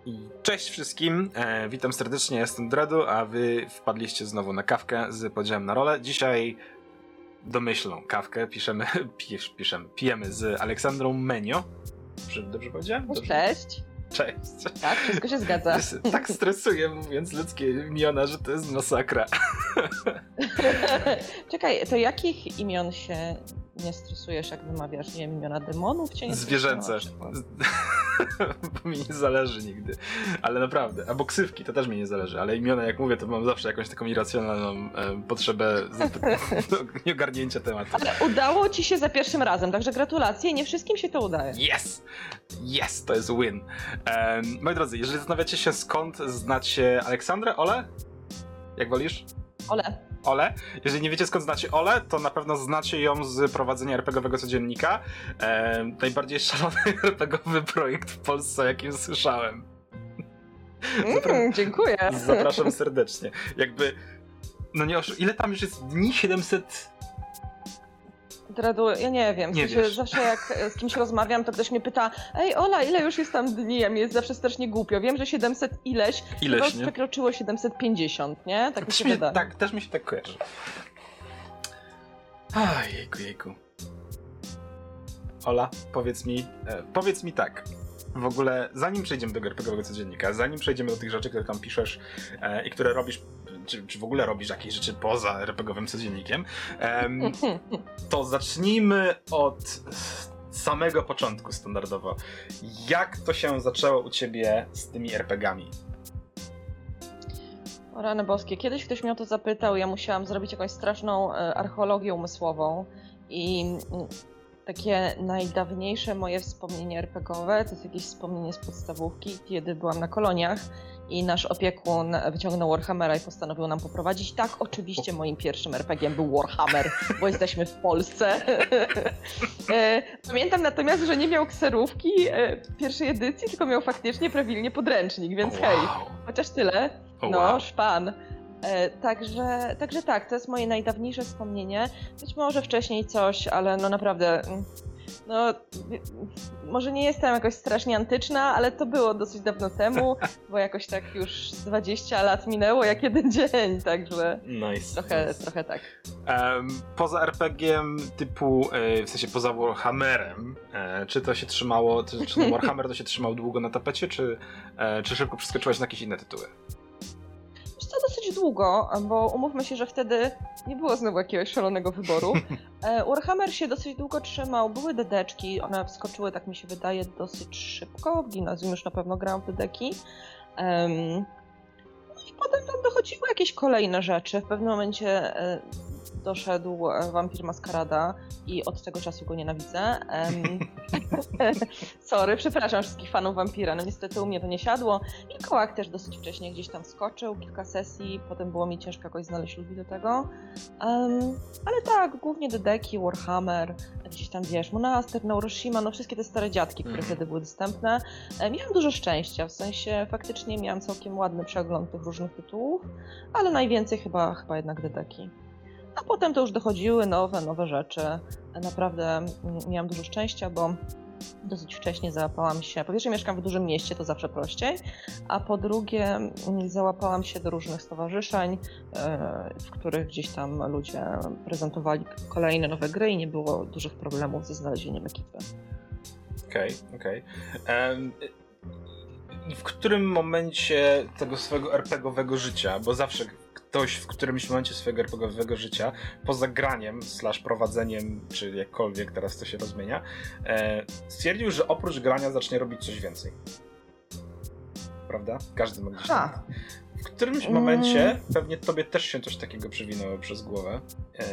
I cześć wszystkim, witam serdecznie, jestem Dredu, a wy wpadliście znowu na kawkę z podziałem na rolę. Dzisiaj domyślną kawkę pijemy z Aleksandrą Menio. Dobrze powiedziałem? Dobrze? Cześć. Cześć. Tak, wszystko się zgadza. Tak stresuję, mówiąc ludzkie imiona, że to jest masakra. Czekaj, to jakich imion się nie stresujesz, jak wymawiasz? Nie wiem, imiona demonów cię nie zwierzęce. Bo mi nie zależy nigdy. Ale naprawdę. Albo ksywki, to też mi nie zależy. Ale imiona, jak mówię, to mam zawsze jakąś taką irracjonalną potrzebę nieogarnięcia tematu. Ale udało ci się za pierwszym razem, także gratulacje. Nie wszystkim się to udaje. Yes, to jest win. Moi drodzy, jeżeli zastanawiacie się, skąd znacie Aleksandrę, Olę? Jak wolisz? Ole. Jeżeli nie wiecie, skąd znacie Olę, to na pewno znacie ją z prowadzenia RPG-owego codziennika. Najbardziej szalony RPG-owy projekt w Polsce, jakim słyszałem. Dziękuję. Zapraszam serdecznie. Jakby, no nie ile tam już jest dni? 700... Dredu, ja nie wiem. Nie wiesz. Zawsze jak z kimś rozmawiam, to ktoś mnie pyta: ej Ola, ile już jest tam dni? A mi jest zawsze strasznie głupio. Wiem, że 700 ileś nie? Przekroczyło 750, nie? Tak mi się wydaje. Tak, też mi się tak kojarzy. Jejku. Ola, powiedz mi tak. W ogóle, zanim przejdziemy do RPG-owego codziennika, zanim przejdziemy do tych rzeczy, które tam piszesz i które robisz, czy w ogóle robisz jakieś rzeczy poza RPG-owym codziennikiem, to zacznijmy od samego początku standardowo. Jak to się zaczęło u ciebie z tymi RPG-ami? O rany boskie, kiedyś ktoś mnie o to zapytał, ja musiałam zrobić jakąś straszną archeologię umysłową i takie najdawniejsze moje wspomnienie RPG-owe to jest jakieś wspomnienie z podstawówki, kiedy byłam na koloniach i nasz opiekun wyciągnął Warhammera i postanowił nam poprowadzić. Tak, oczywiście moim pierwszym RPG-iem był Warhammer, bo jesteśmy w Polsce. Pamiętam natomiast, że nie miał kserówki pierwszej edycji, tylko miał faktycznie prawilnie podręcznik, więc hej, chociaż tyle. Szpan. Także tak, to jest moje najdawniejsze wspomnienie. Być może wcześniej coś, ale no naprawdę, może nie jestem jakoś strasznie antyczna, ale to było dosyć dawno temu, bo jakoś tak już 20 lat minęło jak jeden dzień, także trochę tak. Poza RPG-iem typu, w sensie poza Warhammerem, czy to się trzymało, czy ten Warhammer to się trzymał długo na tapecie, czy szybko przeskoczyłaś na jakieś inne tytuły? To dosyć długo, bo umówmy się, że wtedy nie było znowu jakiegoś szalonego wyboru. Warhammer się dosyć długo trzymał, były dedeczki, one wskoczyły, tak mi się wydaje, dosyć szybko. W gimnazjum już na pewno grałam w dedeki. I potem tam dochodziły jakieś kolejne rzeczy. W pewnym momencie doszedł Wampir Maskarada i od tego czasu go nienawidzę. Sorry, przepraszam wszystkich fanów Wampira, no niestety u mnie to nie siadło. Wilkołak też dosyć wcześnie gdzieś tam wskoczył, kilka sesji, potem było mi ciężko jakoś znaleźć ludzi do tego. Ale tak, głównie dedeki, Warhammer, gdzieś tam wiesz, Monaster, Neuroshima, no wszystkie te stare dziadki, które wtedy były dostępne. Miałam dużo szczęścia, w sensie faktycznie miałam całkiem ładny przegląd tych różnych tytułów, ale najwięcej chyba jednak dedeki. A potem to już dochodziły nowe rzeczy. Naprawdę miałam dużo szczęścia, bo dosyć wcześnie załapałam się. Po pierwsze mieszkam w dużym mieście, to zawsze prościej, a po drugie załapałam się do różnych stowarzyszeń, w których gdzieś tam ludzie prezentowali kolejne nowe gry i nie było dużych problemów ze znalezieniem ekipy. Okej. W którym momencie tego swojego RPG-owego życia, bo zawsze ktoś w którymś momencie swojego RPG-owego życia, poza graniem / prowadzeniem, czy jakkolwiek teraz to się rozmienia, stwierdził, że oprócz grania zacznie robić coś więcej. Prawda? Każdy ma gdzieś tam. W którymś momencie pewnie tobie też się coś takiego przewinęło przez głowę.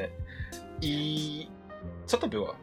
I co to było?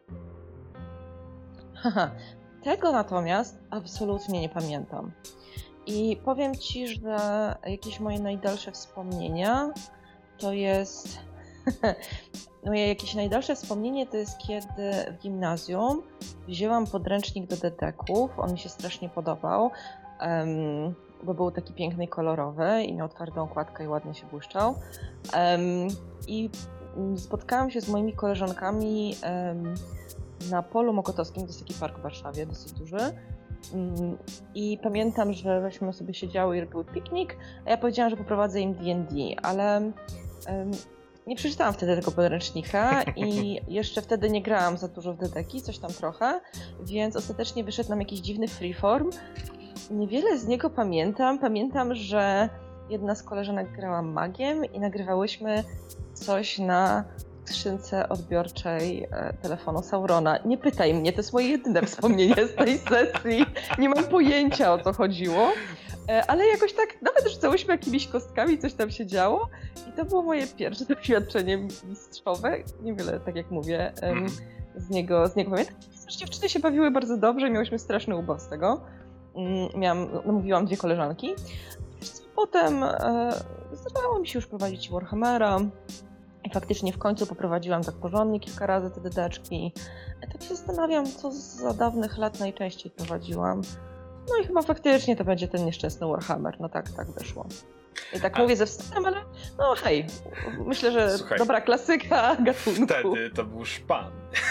Tego natomiast absolutnie nie pamiętam. I powiem ci, że jakieś moje najdalsze wspomnienia to jest... Moje jakieś najdalsze wspomnienie to jest, kiedy w gimnazjum wzięłam podręcznik do dedeków. On mi się strasznie podobał, bo był taki piękny i kolorowy i miał twardą okładkę i ładnie się błyszczał. I spotkałam się z moimi koleżankami na Polu Mokotowskim, to jest taki park w Warszawie, dosyć duży. I pamiętam, że weźmy sobie siedziały i robiły piknik, a ja powiedziałam, że poprowadzę im D&D, ale nie przeczytałam wtedy tego podręcznika i jeszcze wtedy nie grałam za dużo w dedeki, coś tam trochę, więc ostatecznie wyszedł nam jakiś dziwny freeform. Niewiele z niego pamiętam. Pamiętam, że jedna z koleżanek grała magiem i nagrywałyśmy coś na skrzynce odbiorczej telefonu Saurona. Nie pytaj mnie, to jest moje jedyne wspomnienie z tej sesji. Nie mam pojęcia, o co chodziło. Ale jakoś tak nawet rzucałyśmy jakimiś kostkami, coś tam się działo i to było moje pierwsze doświadczenie mistrzowe. Niewiele, tak jak mówię, z niego pamiętam. Dziewczyny się bawiły bardzo dobrze, miałyśmy straszny ubaw z tego. Namówiłam 2 koleżanki. Potem zdarzało mi się już prowadzić Warhammera i faktycznie w końcu poprowadziłam tak porządnie kilka razy te dedeczki. Tak się zastanawiam, co za dawnych lat najczęściej prowadziłam. No i chyba faktycznie to będzie ten nieszczęsny Warhammer. No tak wyszło. I tak mówię ze wstydem, ale no hej, myślę, że słuchaj, dobra klasyka gatunku. Wtedy to był szpan.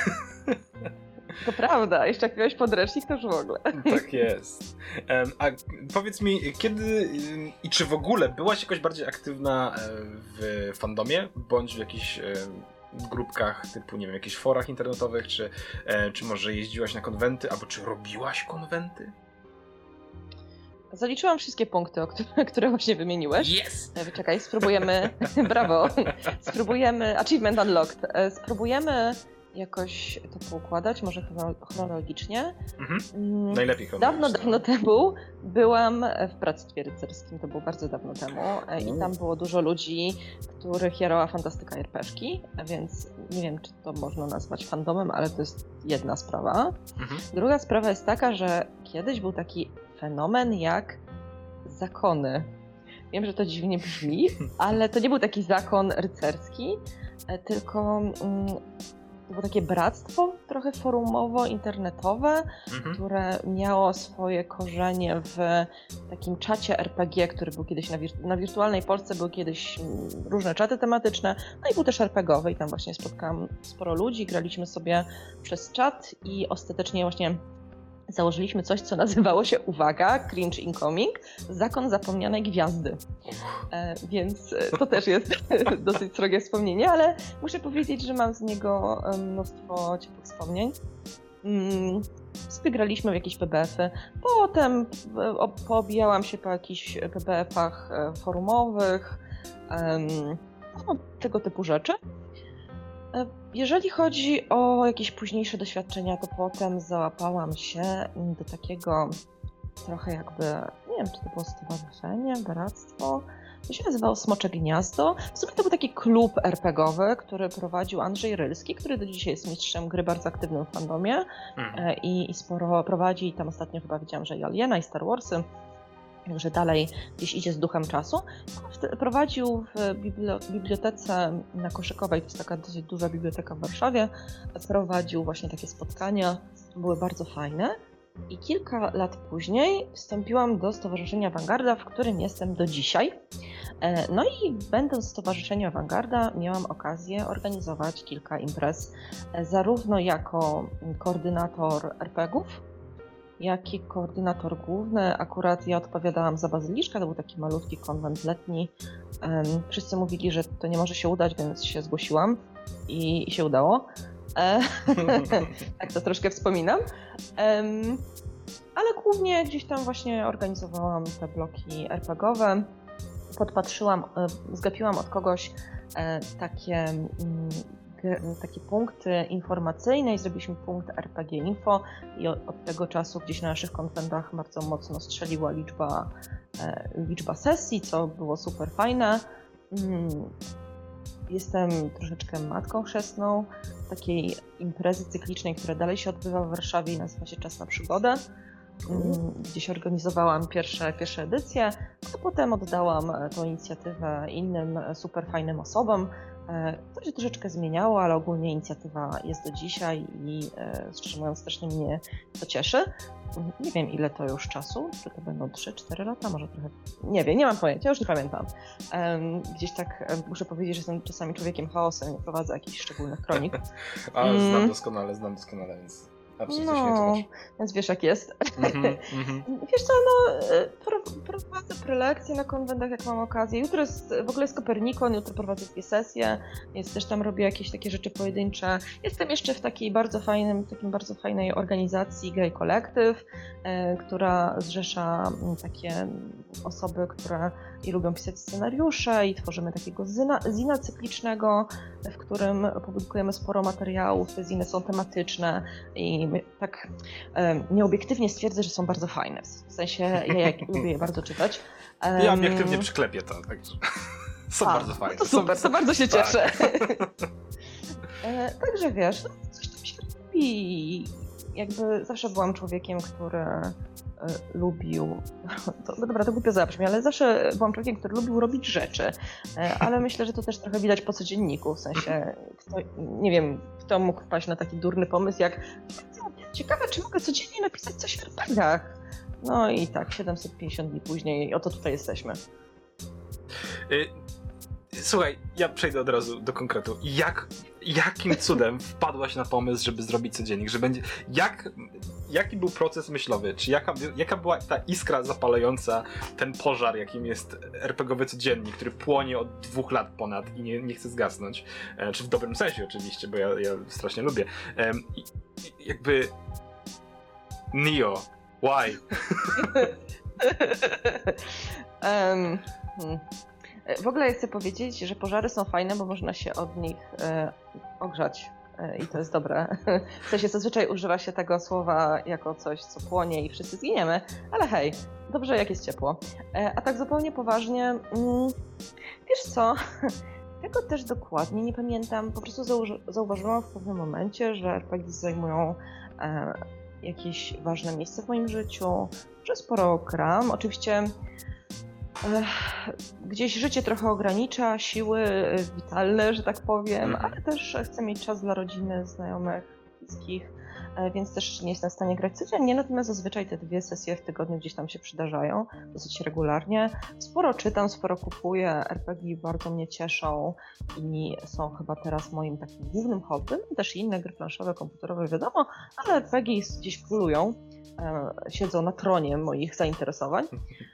To prawda, jeszcze jak miałeś podręcznik, to już w ogóle. Tak jest. A powiedz mi, kiedy i czy w ogóle byłaś jakoś bardziej aktywna w fandomie, bądź w jakichś grupkach typu, nie wiem, jakichś forach internetowych, czy może jeździłaś na konwenty, albo czy robiłaś konwenty? Zaliczyłam wszystkie punkty, które właśnie wymieniłeś. Yes! Czekaj, spróbujemy. Brawo! Spróbujemy. Achievement unlocked. Spróbujemy jakoś to poukładać, może chronologicznie. Najlepiej chronologicznie. Dawno temu byłam w Bractwie Rycerskim, to było bardzo dawno temu i tam było dużo ludzi, których jarała fantastyka RPG-szki, więc nie wiem, czy to można nazwać fandomem, ale to jest jedna sprawa. Druga sprawa jest taka, że kiedyś był taki fenomen jak zakony. Wiem, że to dziwnie brzmi, ale to nie był taki zakon rycerski, tylko to było takie bractwo trochę forumowo-internetowe, które miało swoje korzenie w takim czacie RPG, który był kiedyś na Wirtualnej Polsce, były kiedyś różne czaty tematyczne, no i był też RPGowy i tam właśnie spotkałam sporo ludzi, graliśmy sobie przez czat i ostatecznie właśnie założyliśmy coś, co nazywało się, uwaga, cringe incoming, Zakon Zapomnianej Gwiazdy. Więc to też jest dosyć srogie wspomnienie, ale muszę powiedzieć, że mam z niego mnóstwo ciepłych wspomnień. Graliśmy w jakieś PBF-y, potem poobijałam się po jakichś PBF-ach forumowych, no, tego typu rzeczy. Jeżeli chodzi o jakieś późniejsze doświadczenia, to potem załapałam się do takiego trochę jakby, nie wiem, czy to było stowarzyszenie, bractwo, to się nazywało Smocze Gniazdo. W sumie to był taki klub RPGowy, który prowadził Andrzej Rylski, który do dzisiaj jest mistrzem gry, bardzo aktywnym w fandomie i sporo prowadzi. Tam ostatnio chyba widziałam, że i Aliena, i Star Warsy. Także dalej gdzieś idzie z duchem czasu. Prowadził w bibliotece na Koszykowej, to jest taka dosyć duża biblioteka w Warszawie, prowadził właśnie takie spotkania, były bardzo fajne. I kilka lat później wstąpiłam do Stowarzyszenia Awangarda, w którym jestem do dzisiaj. No i będąc w Stowarzyszeniu Awangarda miałam okazję organizować kilka imprez, zarówno jako koordynator RPG-ów, jak i koordynator główny. Akurat ja odpowiadałam za Bazyliszka, to był taki malutki konwent letni. Wszyscy mówili, że to nie może się udać, więc się zgłosiłam i się udało. Tak to troszkę wspominam. Ale głównie gdzieś tam właśnie organizowałam te bloki RPG-owe. Zgapiłam od kogoś takie punkty informacyjne i zrobiliśmy punkt RPG Info i od tego czasu gdzieś na naszych konwentach bardzo mocno strzeliła liczba sesji, co było super fajne. Jestem troszeczkę matką chrzestną takiej imprezy cyklicznej, która dalej się odbywa w Warszawie i nazywa się Czas na Przygodę. Gdzieś organizowałam pierwsze edycje, a potem oddałam tą inicjatywę innym super fajnym osobom. To się troszeczkę zmieniało, ale ogólnie inicjatywa jest do dzisiaj i szczerze mówiąc strasznie mnie to cieszy. Nie wiem ile to już czasu, czy to będą 3-4 lata, może trochę, nie wiem, nie mam pojęcia, już nie pamiętam. Gdzieś tak muszę powiedzieć, że jestem czasami człowiekiem chaosem, nie prowadzę jakichś szczególnych kronik. Ale znam doskonale, więc Absolutnie się nie tłumacz. Więc wiesz jak jest. Wiesz co, prowadzę prelekcje na konwentach, jak mam okazję. Jutro w ogóle jest Kopernikon, jutro prowadzę 2 sesje, więc też tam robię jakieś takie rzeczy pojedyncze. Jestem jeszcze w takiej bardzo fajnej organizacji Gay Collective, która zrzesza takie osoby, które lubią pisać scenariusze i tworzymy takiego zina cyklicznego, w którym publikujemy sporo materiałów. Te ziny są tematyczne i tak nieobiektywnie stwierdzę, że są bardzo fajne. W sensie ja lubię je bardzo czytać. Ja obiektywnie przyklepię to, także są bardzo fajne. To super, to bardzo się cieszę. Także wiesz, coś tam się robi. Jakby zawsze byłam człowiekiem, który lubił, to głupio zabrzmi, ale zawsze byłam człowiekiem, który lubił robić rzeczy, ale myślę, że to też trochę widać po codzienniku, w sensie, nie wiem, kto mógł wpaść na taki durny pomysł, jak ciekawe, czy mogę codziennie napisać coś w RPGach. No i tak, 750 dni później, oto tutaj jesteśmy. Słuchaj, ja przejdę od razu do konkretu. Jakim cudem wpadłaś na pomysł, żeby zrobić codziennik? Jaki był proces myślowy? Czy jaka była ta iskra zapalająca ten pożar, jakim jest RPGowy codziennik, który płonie od 2 lat ponad i nie chce zgasnąć? Czy w dobrym sensie oczywiście, bo ja strasznie lubię. Jakby... Neo, why? W ogóle chcę powiedzieć, że pożary są fajne, bo można się od nich ogrzać i to jest dobre. W sensie zazwyczaj używa się tego słowa jako coś, co płonie i wszyscy zginiemy, ale hej, dobrze jak jest ciepło. A tak zupełnie poważnie, wiesz co, tego też dokładnie nie pamiętam, po prostu zauważyłam w pewnym momencie, że RPG zajmują jakieś ważne miejsce w moim życiu, że sporo gram, oczywiście gdzieś życie trochę ogranicza, siły witalne, że tak powiem, ale też chcę mieć czas dla rodziny, znajomych, bliskich, więc też nie jestem w stanie grać codziennie, natomiast zazwyczaj te 2 sesje w tygodniu gdzieś tam się przydarzają, dosyć regularnie. Sporo czytam, sporo kupuję, RPG bardzo mnie cieszą i są chyba teraz moim takim głównym hobby, też inne gry planszowe, komputerowe, wiadomo, ale RPG gdzieś królują, siedzą na tronie moich zainteresowań.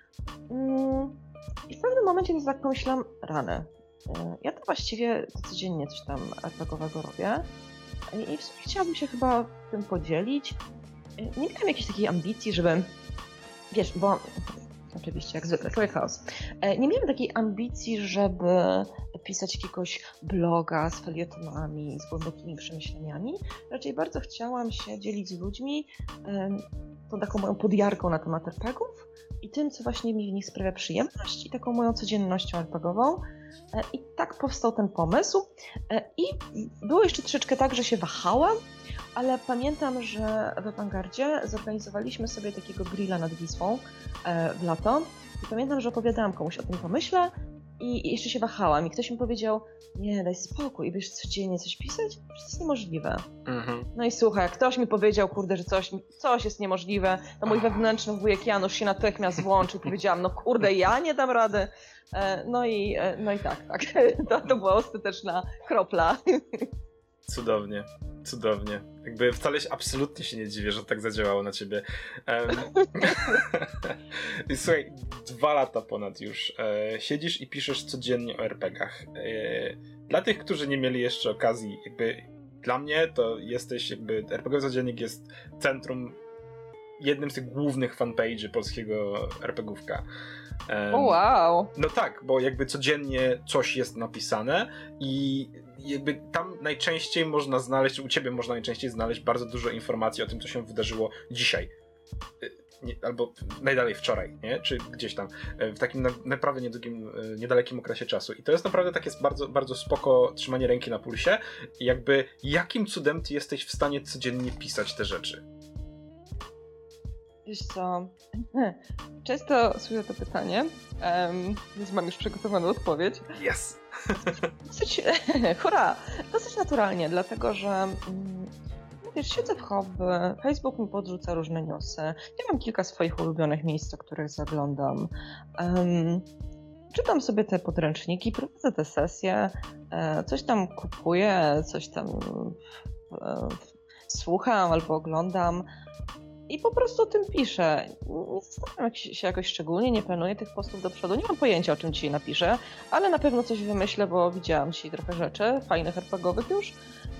I w pewnym momencie to tak pomyślałam, rany. Ja to właściwie codziennie coś tam RPGowego robię i w sumie chciałabym się chyba tym podzielić. Nie miałam jakiejś takiej ambicji, żeby, wiesz, bo oczywiście jak zwykle, człowiek chaos. Nie miałam takiej ambicji, żeby pisać jakiegoś bloga z felietonami, z głębokimi przemyśleniami. Raczej bardzo chciałam się dzielić z ludźmi tą taką moją podjarką na temat RPGów i tym, co właśnie mi w nich sprawia przyjemność i taką moją codziennością RPGową. I tak powstał ten pomysł. I było jeszcze troszeczkę tak, że się wahałam, ale pamiętam, że w Awangardzie zorganizowaliśmy sobie takiego grilla nad Wisłą w lato i pamiętam, że opowiadałam komuś o tym pomyśle i jeszcze się wahałam i ktoś mi powiedział, nie, daj spokój i wiesz codziennie coś pisać? To jest niemożliwe. No i słuchaj, jak ktoś mi powiedział, kurde, że coś jest niemożliwe, to mój wewnętrzny wujek Janusz się natychmiast włączył i powiedziałam, no kurde, ja nie dam rady. No i tak. To była ostateczna kropla. Cudownie. Jakby wcale absolutnie się nie dziwię, że tak zadziałało na ciebie. Słuchaj, 2 lata ponad już siedzisz i piszesz codziennie o RPGach. Dla tych, którzy nie mieli jeszcze okazji, jakby dla mnie to jesteś jakby RPG Codziennik jest centrum, jednym z tych głównych fanpage'y polskiego RPGówka. Wow! No tak, bo jakby codziennie coś jest napisane i jakby tam najczęściej można znaleźć, u ciebie można najczęściej znaleźć bardzo dużo informacji o tym, co się wydarzyło dzisiaj. Albo najdalej wczoraj, nie? Czy gdzieś tam w takim naprawdę niedalekim okresie czasu. I to jest naprawdę takie bardzo, bardzo spoko trzymanie ręki na pulsie. I jakby jakim cudem ty jesteś w stanie codziennie pisać te rzeczy? Wiesz co, często słyszę to pytanie, więc mam już przygotowaną odpowiedź. Yes! Dosyć naturalnie, dlatego że wiesz, siedzę w hobby, Facebook mi podrzuca różne newsy, ja mam kilka swoich ulubionych miejsc, do których zaglądam. Czytam sobie te podręczniki, prowadzę te sesje, coś tam kupuję, coś tam słucham albo oglądam i po prostu o tym piszę. Nie zastanawiam się jakoś szczególnie, nie planuję tych postów do przodu, nie mam pojęcia, o czym dzisiaj napiszę, ale na pewno coś wymyślę, bo widziałam dzisiaj trochę rzeczy fajnych RPGowych już.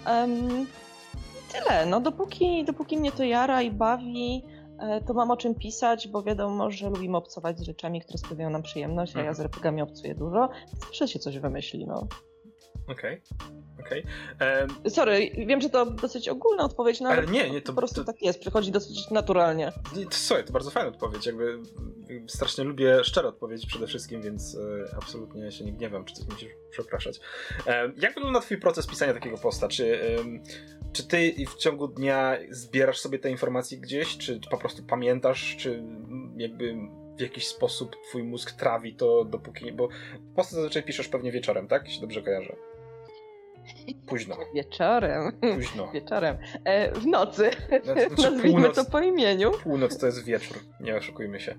Tyle, no dopóki mnie to jara i bawi, to mam o czym pisać, bo wiadomo, że lubimy obcować z rzeczami, które sprawiają nam przyjemność, a ja z RPGami obcuję dużo, więc zawsze się coś wymyśli, no. Okej. Sorry, wiem, że to dosyć ogólna odpowiedź, no ale nie, to po prostu tak jest, przychodzi dosyć naturalnie. Słuchaj, to bardzo fajna odpowiedź, jakby strasznie lubię szczere odpowiedzi przede wszystkim, więc absolutnie się nie gniewam, czy coś musisz przepraszać. Jak wygląda twój proces pisania takiego posta? Czy ty w ciągu dnia zbierasz sobie te informacje gdzieś, czy po prostu pamiętasz, czy jakby w jakiś sposób twój mózg trawi to dopóki... Bo posty zazwyczaj piszesz pewnie wieczorem, tak? Jeśli dobrze kojarzę. Późno. Wieczorem. Późno. Wieczorem. W nocy. Znaczy, Nazwijmy to po imieniu. Północ to jest wieczór, nie oszukujmy się.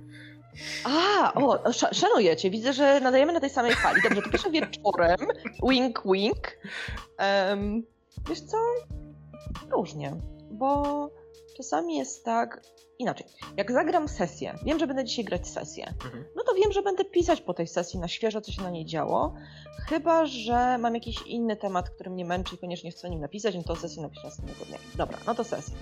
Szanuję cię. Widzę, że nadajemy na tej samej fali. Dobrze, to piszę wieczorem. Wink, wink. Wiesz co? Różnie, bo czasami jest tak inaczej. Jak zagram sesję, wiem, że będę dzisiaj grać sesję, no to wiem, że będę pisać po tej sesji na świeżo, co się na niej działo, chyba że mam jakiś inny temat, który mnie męczy i koniecznie chcę o nim napisać, no to sesję napiszę następnego dnia. Dobra, no to sesję.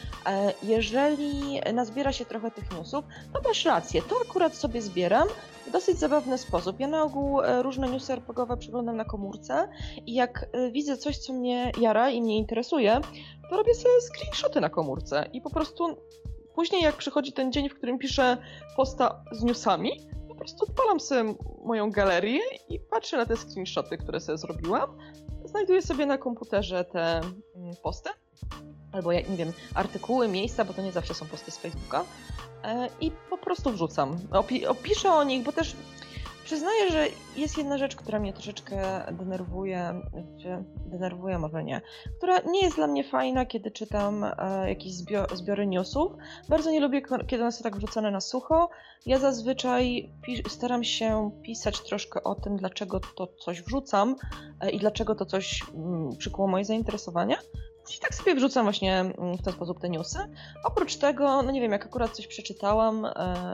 Jeżeli nazbiera się trochę tych newsów, to masz rację, to akurat sobie zbieram w dosyć zabawny sposób. Ja na ogół różne newsy RPGowe przeglądam na komórce i jak widzę coś, co mnie jara i mnie interesuje, to robię sobie screenshoty na komórce i po prostu później jak przychodzi ten dzień, w którym piszę posta z newsami, po prostu odpalam sobie moją galerię i patrzę na te screenshoty, które sobie zrobiłam. Znajduję sobie na komputerze te posty, albo nie wiem, artykuły, miejsca, bo to nie zawsze są posty z Facebooka i po prostu wrzucam. Opiszę o nich, bo też przyznaję, że jest jedna rzecz, która mnie troszeczkę denerwuje, może nie, która nie jest dla mnie fajna, kiedy czytam jakieś zbiory newsów. Bardzo nie lubię, kiedy one są tak wrzucone na sucho. Ja zazwyczaj staram się pisać troszkę o tym, dlaczego to coś wrzucam i dlaczego to coś przykuło moje zainteresowanie. I tak sobie wrzucam właśnie w ten sposób te newsy. Oprócz tego, no nie wiem, jak akurat coś przeczytałam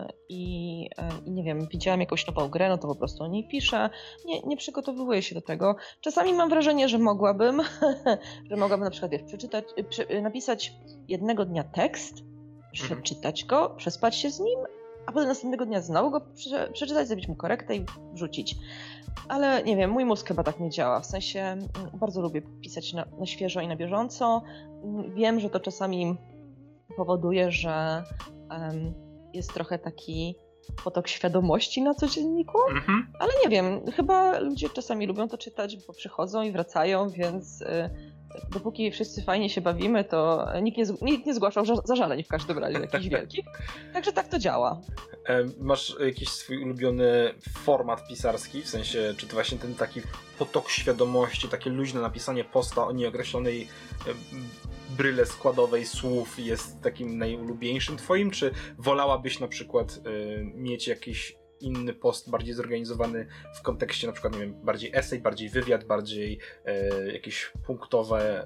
i nie wiem, widziałam jakąś nową grę, no to po prostu o niej piszę. Nie przygotowuję się do tego. Czasami mam wrażenie, że mogłabym, na przykład napisać jednego dnia tekst, przeczytać go, przespać się z nim, a potem następnego dnia znowu go przeczytać, zrobić mu korektę i wrzucić. Ale nie wiem, mój mózg chyba tak nie działa. W sensie bardzo lubię pisać na świeżo i na bieżąco. Wiem, że to czasami powoduje, że jest trochę taki potok świadomości na codzienniku, ale nie wiem, chyba ludzie czasami lubią to czytać, bo przychodzą i wracają, więc dopóki wszyscy fajnie się bawimy, to nikt nie zgłaszał zażaleń w każdym razie jakichś wielkich. Także tak to działa. Masz jakiś swój ulubiony format pisarski? W sensie, czy to właśnie ten taki potok świadomości, takie luźne napisanie posta o nieokreślonej bryle składowej słów jest takim najulubieńszym twoim? Czy wolałabyś na przykład mieć jakiś inny post, bardziej zorganizowany w kontekście na przykład, nie wiem, bardziej esej, bardziej wywiad, bardziej jakieś punktowe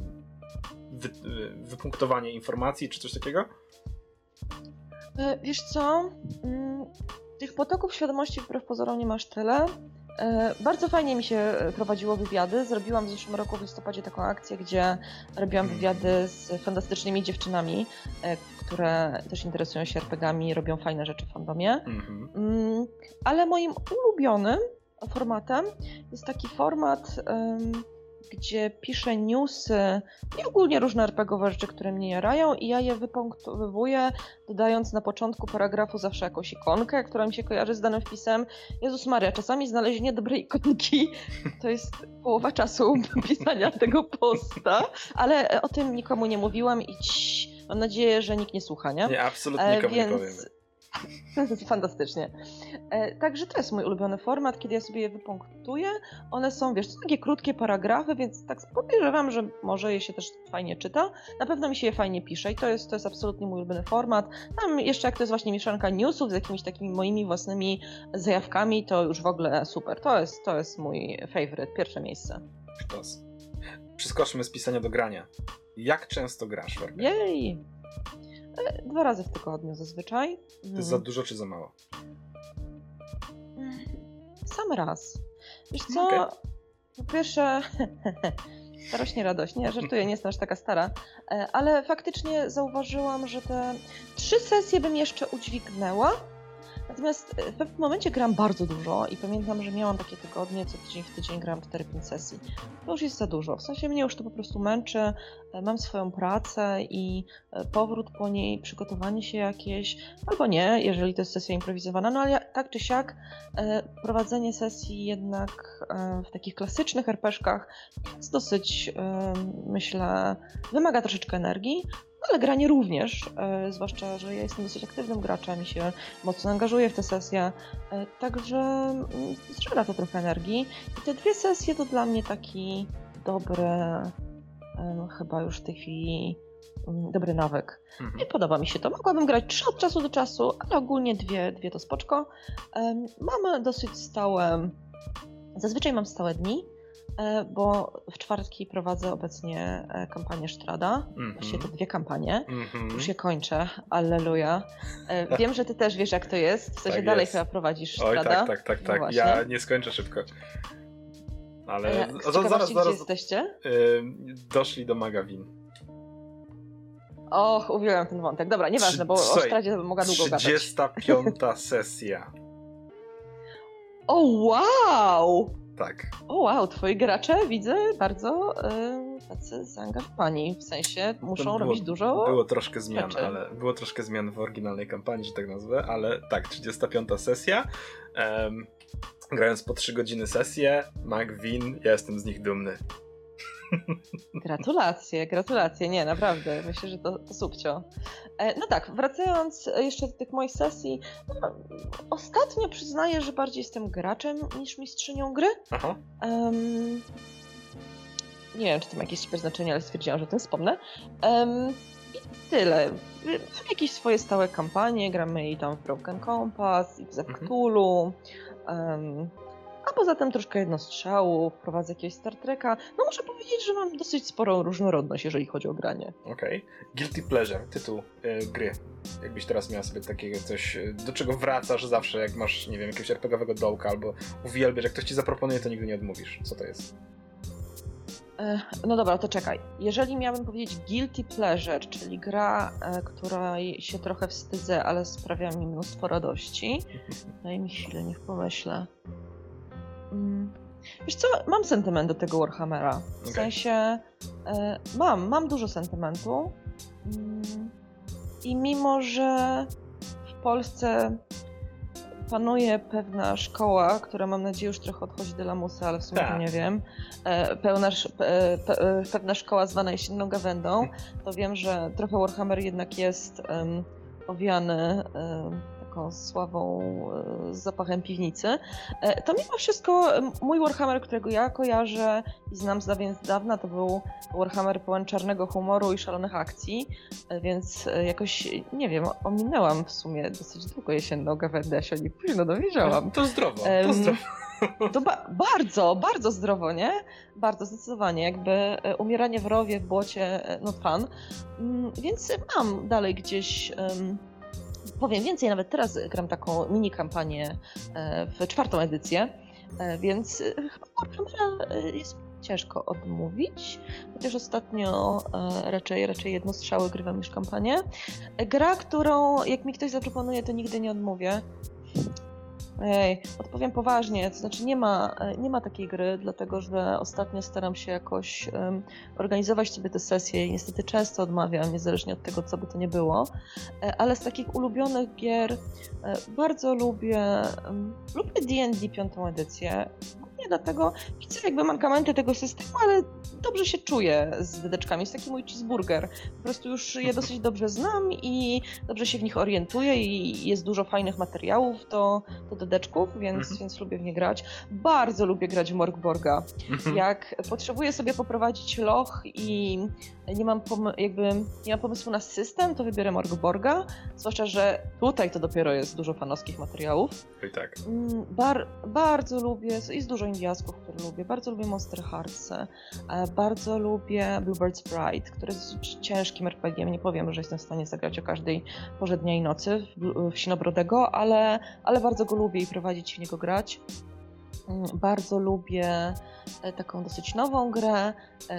wypunktowanie informacji, czy coś takiego? Wiesz co? Tych potoków świadomości wbrew pozorom nie masz tyle. Bardzo fajnie mi się prowadziło wywiady. Zrobiłam w zeszłym roku w listopadzie taką akcję, gdzie robiłam wywiady z fantastycznymi dziewczynami, które też interesują się RPGami, robią fajne rzeczy w fandomie. Ale moim ulubionym formatem jest taki format, gdzie piszę newsy i ogólnie różne RPGowe rzeczy, które mnie jarają i ja je wypunktowywuję, dodając na początku paragrafu zawsze jakąś ikonkę, która mi się kojarzy z danym wpisem. Jezus Maria, czasami znalezienie dobrej ikonki to jest połowa czasu pisania tego posta, ale o tym nikomu nie mówiłam i mam nadzieję, że nikt nie słucha, nie? Nie, absolutnie nikomu nie powiemy. Fantastycznie. Także to jest mój ulubiony format, kiedy ja sobie je wypunktuję. One są, wiesz, to takie krótkie paragrafy, więc tak podejrzewam, że może je się też fajnie czyta. Na pewno mi się je fajnie pisze i to jest absolutnie mój ulubiony format. Tam jeszcze jak to jest właśnie mieszanka newsów z jakimiś takimi moimi własnymi zajawkami, to już w ogóle super. To jest mój favorite, pierwsze miejsce. Sztos. Przeskoczmy z pisania do grania. Jak często grasz w RPG? Jej! 2 razy w tygodniu zazwyczaj. To jest za dużo czy za mało? Sam raz. Wiesz co? Okej. Po pierwsze, starość nie radość, nie, żartuję, nie jestem aż taka stara, ale faktycznie zauważyłam, że te 3 sesje bym jeszcze udźwignęła, natomiast w pewnym momencie gram bardzo dużo i pamiętam, że miałam takie tygodnie, co tydzień w tydzień gram 4-5 sesji. To już jest za dużo, w sensie mnie już to po prostu męczy, mam swoją pracę i powrót po niej, przygotowanie się jakieś, albo nie, jeżeli to jest sesja improwizowana, no ale tak czy siak prowadzenie sesji jednak w takich klasycznych RPG-kach jest dosyć, myślę, wymaga troszeczkę energii, ale granie również, zwłaszcza, że ja jestem dosyć aktywnym graczem i się mocno angażuję w te sesje, także zżera to trochę energii. I te 2 sesje to dla mnie taki dobry, chyba już w tej chwili dobry nawyk. Nie podoba mi się to. Mogłabym grać 3 od czasu do czasu, ale ogólnie 2 to spoczko. Mam dosyć stałe, zazwyczaj mam stałe dni, bo w czwartki prowadzę obecnie kampanię Strada. Właściwie to 2 kampanie. Już je kończę. Alleluja. Wiem, że ty też wiesz, jak to jest. W sensie Tak dalej jest. chyba prowadzisz Oj, Strada. tak. No Ja nie skończę szybko. Ale zaraz gdzie jesteście? doszli do Magawin. Och, uwielbiam ten wątek. Dobra, nieważne, bo o Stradzie mogła długo gadać. 35. sesja. O wow! Tak. O wow, twoi gracze widzę bardzo tacy zaangażowani, w sensie muszą robić dużo. Było troszkę zmian, rzeczy. ale było troszkę zmian w oryginalnej kampanii, że tak nazwę, ale tak, 35. sesja. Grając po 3 godziny sesję, Magwin, ja jestem z nich dumny. Gratulacje, nie, naprawdę, myślę, że to subcio. No tak, wracając jeszcze do tych moich sesji, no, ostatnio przyznaję, że bardziej jestem graczem niż mistrzynią gry. Aha. Nie wiem, czy to ma jakieś super znaczenie, ale stwierdziłam, że o tym wspomnę. I tyle. Mam jakieś swoje stałe kampanie, gramy i tam w Broken Compass, i w Cthulhu. A poza tym troszkę jednostrzałów, prowadzę jakiegoś Star Treka. No muszę powiedzieć, że mam dosyć sporą różnorodność, jeżeli chodzi o granie. Okej. Guilty Pleasure, tytuł gry. Jakbyś teraz miała sobie takiego coś, do czego wracasz zawsze, jak masz, nie wiem, jakiegoś RPGowego dołka, albo uwielbiasz, jak ktoś ci zaproponuje, to nigdy nie odmówisz. Co to jest? No dobra, to czekaj. Jeżeli miałabym powiedzieć Guilty Pleasure, czyli gra, której się trochę wstydzę, ale sprawia mi mnóstwo radości. Daj mi chwilę, niech pomyślę. Wiesz co, mam sentyment do tego Warhammera. W sensie mam dużo sentymentu. I mimo, że w Polsce panuje pewna szkoła, która mam nadzieję już trochę odchodzi do lamusa, ale w sumie to nie wiem. Pewna szkoła zwana jesienną gawędą, to wiem, że trochę Warhammer jednak jest owiany taką sławą z zapachem piwnicy. To mimo wszystko mój Warhammer, którego ja kojarzę i znam z dawna, to był Warhammer pełen czarnego humoru i szalonych akcji, więc jakoś, nie wiem, ominęłam w sumie dosyć długo jesienną gawędę, ja się o niej późno dowiedziałam. To zdrowo, To bardzo zdrowo, nie? Bardzo zdecydowanie, jakby umieranie w rowie, w błocie, not fun. Więc mam dalej gdzieś... Powiem więcej, nawet teraz gram taką mini kampanię w 4. edycję, więc chyba jest ciężko odmówić, chociaż ostatnio raczej jednostrzały grywam niż kampanię. Gra, którą jak mi ktoś zaproponuje, to nigdy nie odmówię. Odpowiem poważnie, to znaczy nie ma takiej gry, dlatego że ostatnio staram się jakoś organizować sobie te sesje i niestety często odmawiam, niezależnie od tego, co by to nie było, ale z takich ulubionych gier bardzo lubię D&D 5. edycję. Nie dlatego, widzę jakby mankamenty tego systemu, ale dobrze się czuję z dedeczkami. Jest taki mój cheeseburger. Po prostu już je dosyć dobrze znam i dobrze się w nich orientuję i jest dużo fajnych materiałów do dedeczków, więc lubię w nie grać. Bardzo lubię grać w Morgborga. Jak potrzebuję sobie poprowadzić loch i nie mam pomysłu na system, to wybiorę Morgborga, zwłaszcza, że tutaj to dopiero jest dużo fanowskich materiałów. I tak. Bardzo lubię, jest dużo indiasków, które lubię, bardzo lubię Monster Hearts, bardzo lubię Bluebird's Bride, który jest ciężkim RPG-iem, nie powiem, że jestem w stanie zagrać o każdej porze dnia i nocy w Sinobrodego, ale bardzo go lubię i prowadzić w niego grać. Bardzo lubię taką dosyć nową grę,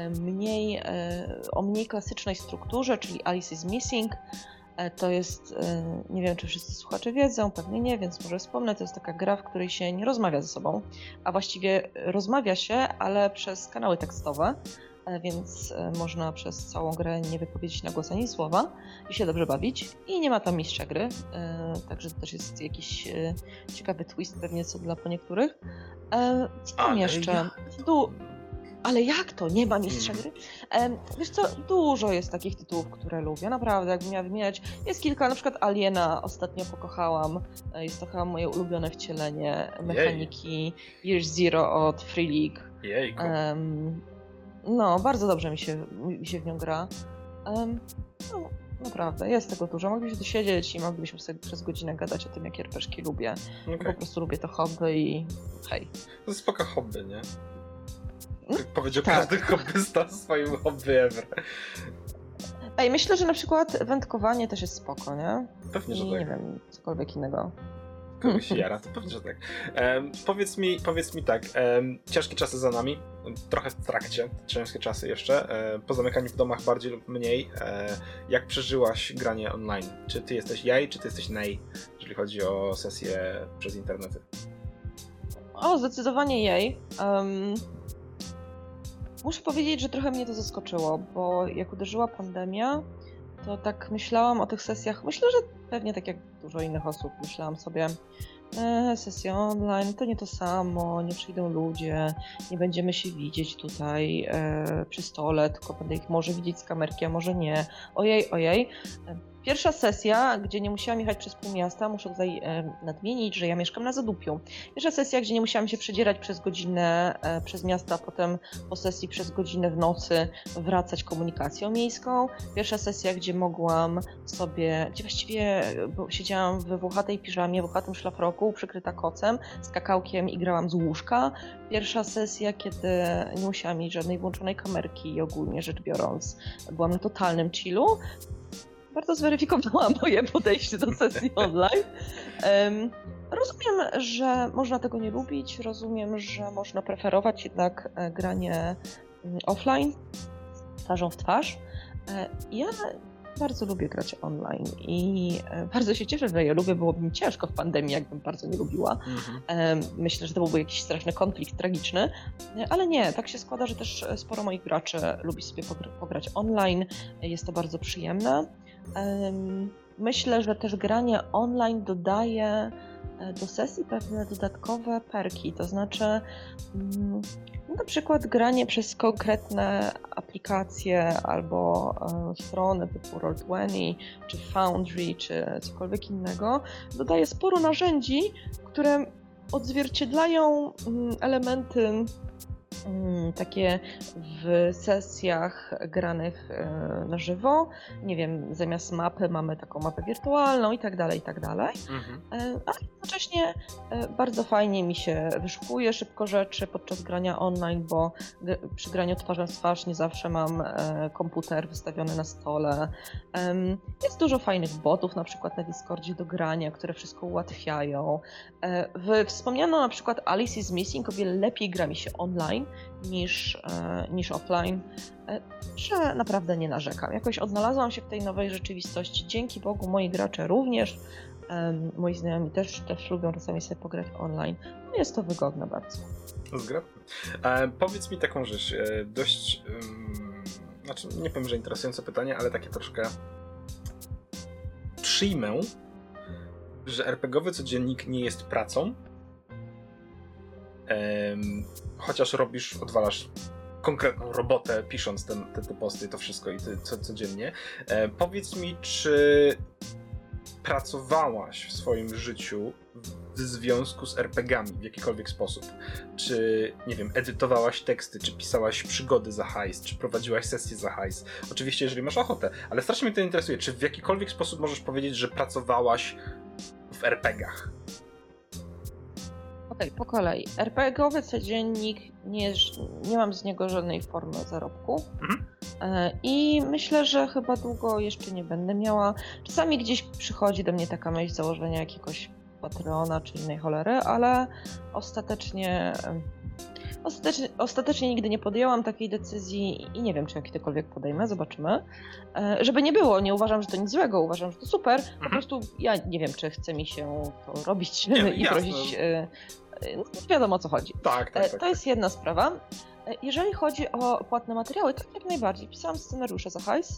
o mniej klasycznej strukturze, czyli Alice is Missing. To jest, nie wiem czy wszyscy słuchacze wiedzą, pewnie nie, więc może wspomnę, to jest taka gra, w której się nie rozmawia ze sobą, a właściwie rozmawia się, ale przez kanały tekstowe, więc można przez całą grę nie wypowiedzieć na głos ani słowa i się dobrze bawić. I nie ma tam mistrza gry, także to też jest jakiś ciekawy twist pewnie co dla po niektórych. Co tam jeszcze? Ale jak to? Nie ma mistrza gry? Wiesz co, dużo jest takich tytułów, które lubię, naprawdę, jakbym miała wymieniać. Jest kilka, na przykład Aliena ostatnio pokochałam, jest to chyba moje ulubione wcielenie mechaniki Year Zero od Free League. Jejku. No, bardzo dobrze mi się w nią gra. No, naprawdę, jest tego dużo. Moglibyśmy tu siedzieć i moglibyśmy sobie przez godzinę gadać o tym, jakie RPG lubię. Okay. Po prostu lubię to hobby i hej. To jest spoko hobby, nie? Jak powiedział każdy hobbysta swoim hobby ever. Ej, myślę, że na przykład wędkowanie też jest spoko, nie? Pewnie, że tak. Nie wiem, cokolwiek innego. Kogoś jara, to pewnie, że tak. Powiedz mi tak, ciężkie czasy za nami, trochę w trakcie, ciężkie czasy jeszcze, po zamykaniu w domach bardziej lub mniej. Jak przeżyłaś granie online? Czy ty jesteś jaj, czy ty jesteś nej, jeżeli chodzi o sesje przez internety? O, zdecydowanie jej. Muszę powiedzieć, że trochę mnie to zaskoczyło, bo jak uderzyła pandemia, to tak myślałam o tych sesjach, myślę, że pewnie tak jak dużo innych osób, myślałam sobie, sesje online to nie to samo, nie przyjdą ludzie, nie będziemy się widzieć tutaj przy stole, tylko będę ich może widzieć z kamerki, a może nie. Ojej. Pierwsza sesja, gdzie nie musiałam jechać przez pół miasta, muszę tutaj nadmienić, że ja mieszkam na Zadupiu. Pierwsza sesja, gdzie nie musiałam się przedzierać przez godzinę przez miasta, a potem po sesji przez godzinę w nocy wracać komunikacją miejską. Pierwsza sesja, gdzie mogłam sobie, gdzie właściwie siedziałam w włochatej piżamie, w włochatym szlafroku, przykryta kocem, z kakałkiem i grałam z łóżka. Pierwsza sesja, kiedy nie musiałam mieć żadnej włączonej kamerki i ogólnie rzecz biorąc byłam na totalnym chillu. Bardzo zweryfikowała moje podejście do sesji online. Rozumiem, że można tego nie lubić, rozumiem, że można preferować jednak granie offline, twarzą w twarz. Ja bardzo lubię grać online i bardzo się cieszę, że ja lubię, byłoby mi ciężko w pandemii, jakbym bardzo nie lubiła. Myślę, że to byłby jakiś straszny konflikt tragiczny, ale nie, tak się składa, że też sporo moich graczy lubi sobie pograć online, jest to bardzo przyjemne. Myślę, że też granie online dodaje do sesji pewne dodatkowe perki, to znaczy na przykład granie przez konkretne aplikacje albo strony typu Roll20 czy Foundry czy cokolwiek innego dodaje sporo narzędzi, które odzwierciedlają elementy takie w sesjach granych na żywo. Nie wiem, zamiast mapy mamy taką mapę wirtualną i tak dalej, ale jednocześnie bardzo fajnie mi się wyszukuje szybko rzeczy podczas grania online, bo przy graniu twarzą w twarz nie zawsze mam komputer wystawiony na stole. Jest dużo fajnych botów, na przykład na Discordzie do grania, które wszystko ułatwiają. W wspomniano na przykład Alice is Missing, o wiele lepiej gra mi się online niż offline, że naprawdę nie narzekam. Jakoś odnalazłam się w tej nowej rzeczywistości. Dzięki Bogu moi gracze również, moi znajomi też lubią czasami sobie pograć online. No jest to wygodne bardzo. Zgrabne. Powiedz mi taką rzecz, dość, znaczy nie powiem, że interesujące pytanie, ale takie troszkę przyjmę, że RPG-owy codziennik nie jest pracą, chociaż odwalasz konkretną robotę, pisząc te posty, to wszystko i codziennie. Powiedz mi, czy pracowałaś w swoim życiu w związku z RPG-ami w jakikolwiek sposób? Czy, nie wiem, edytowałaś teksty, czy pisałaś przygody za hajs, czy prowadziłaś sesje za hajs? Oczywiście, jeżeli masz ochotę, ale strasznie mnie to interesuje. Czy w jakikolwiek sposób możesz powiedzieć, że pracowałaś w RPG-ach? Okej, po kolei. RPG-owy codziennik, nie mam z niego żadnej formy zarobku. I myślę, że chyba długo jeszcze nie będę miała. Czasami gdzieś przychodzi do mnie taka myśl założenia jakiegoś Patreona czy innej cholery, ale ostatecznie nigdy nie podjęłam takiej decyzji i nie wiem, czy kiedykolwiek podejmę, zobaczymy. Żeby nie było, nie uważam, że to nic złego, uważam, że to super, po prostu ja nie wiem, czy chce mi się to robić i prosić, no, wiadomo o co chodzi. Tak. To jest jedna sprawa. Jeżeli chodzi o płatne materiały, to jak najbardziej. Pisałam scenariusze za hajs.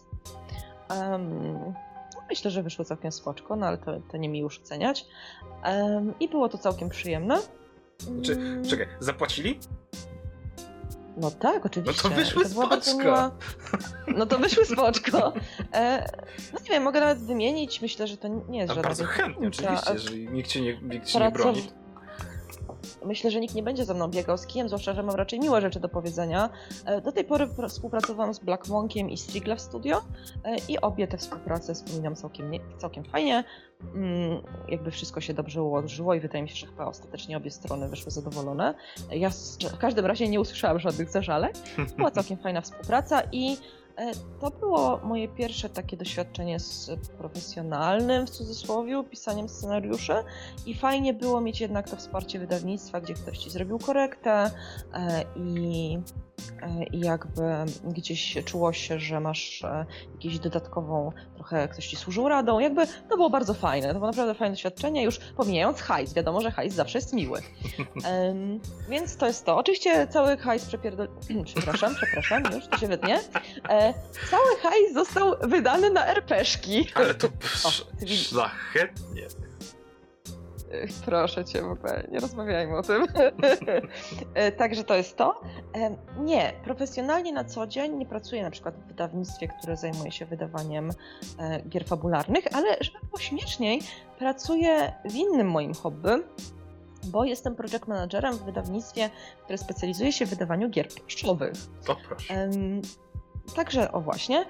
Myślę, że wyszło całkiem spoczko, no ale to nie mi już oceniać. I było to całkiem przyjemne. Czekaj, zapłacili? No tak, oczywiście. No to wyszły spoczko. No to wyszły spoczko. No nie wiem, mogę nawet wymienić. Myślę, że to nie jest żadna... Bardzo chętnie, oczywiście, jeżeli nikt cię nie broni. Myślę, że nikt nie będzie ze mną biegał z kijem, zwłaszcza, że mam raczej miłe rzeczy do powiedzenia. Do tej pory współpracowałam z Black Monkiem i Strigla w studio i obie te współprace wspominam całkiem fajnie. Jakby wszystko się dobrze ułożyło i wydaje mi się, że chyba ostatecznie obie strony wyszły zadowolone. Ja w każdym razie nie usłyszałam żadnych zażaleń. Była całkiem fajna współpraca i to było moje pierwsze takie doświadczenie z profesjonalnym, w cudzysłowie, pisaniem scenariuszy i fajnie było mieć jednak to wsparcie wydawnictwa, gdzie ktoś ci zrobił korektę i jakby gdzieś czuło się, że masz jakąś dodatkową, trochę ktoś ci służył radą, jakby to było bardzo fajne, to było naprawdę fajne doświadczenie, już pomijając hajs, wiadomo, że hajs zawsze jest miły. Więc to jest to. Oczywiście cały hajs przepraszam, już to się wytnie. Cały hajs został wydany na RPG-szki. Ale to szlachetnie. Proszę cię, w ogóle nie rozmawiajmy o tym. Także to jest to. Nie, profesjonalnie na co dzień nie pracuję na przykład w wydawnictwie, które zajmuje się wydawaniem gier fabularnych, ale żeby było śmieszniej, pracuję w innym moim hobby, bo jestem project managerem w wydawnictwie, które specjalizuje się w wydawaniu gier planszowych. O, proszę. Także, o właśnie.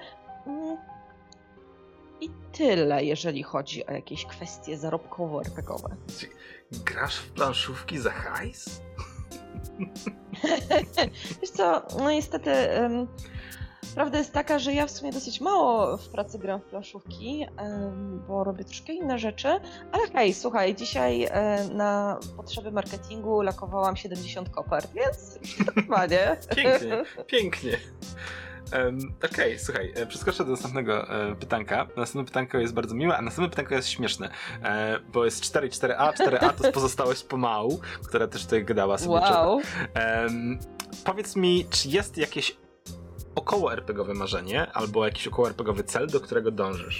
I tyle, jeżeli chodzi o jakieś kwestie zarobkowo-RPGowe. Grasz w planszówki za hajs? Wiesz co, no niestety prawda jest taka, że ja w sumie dosyć mało w pracy gram w planszówki, bo robię troszkę inne rzeczy, ale hej, słuchaj, dzisiaj na potrzeby marketingu lakowałam 70 kopert, więc chyba nie. Pięknie. Okej, słuchaj, przeskoczę do następnego pytanka. Następne pytanko jest bardzo miłe, a następne pytanko jest śmieszne, bo jest 4 i 4A. 4A to jest pozostałość pomału, która też tutaj gadała sobie. Wow. Powiedz mi, czy jest jakieś około RPGowe marzenie, albo jakiś około RPGowy cel, do którego dążysz?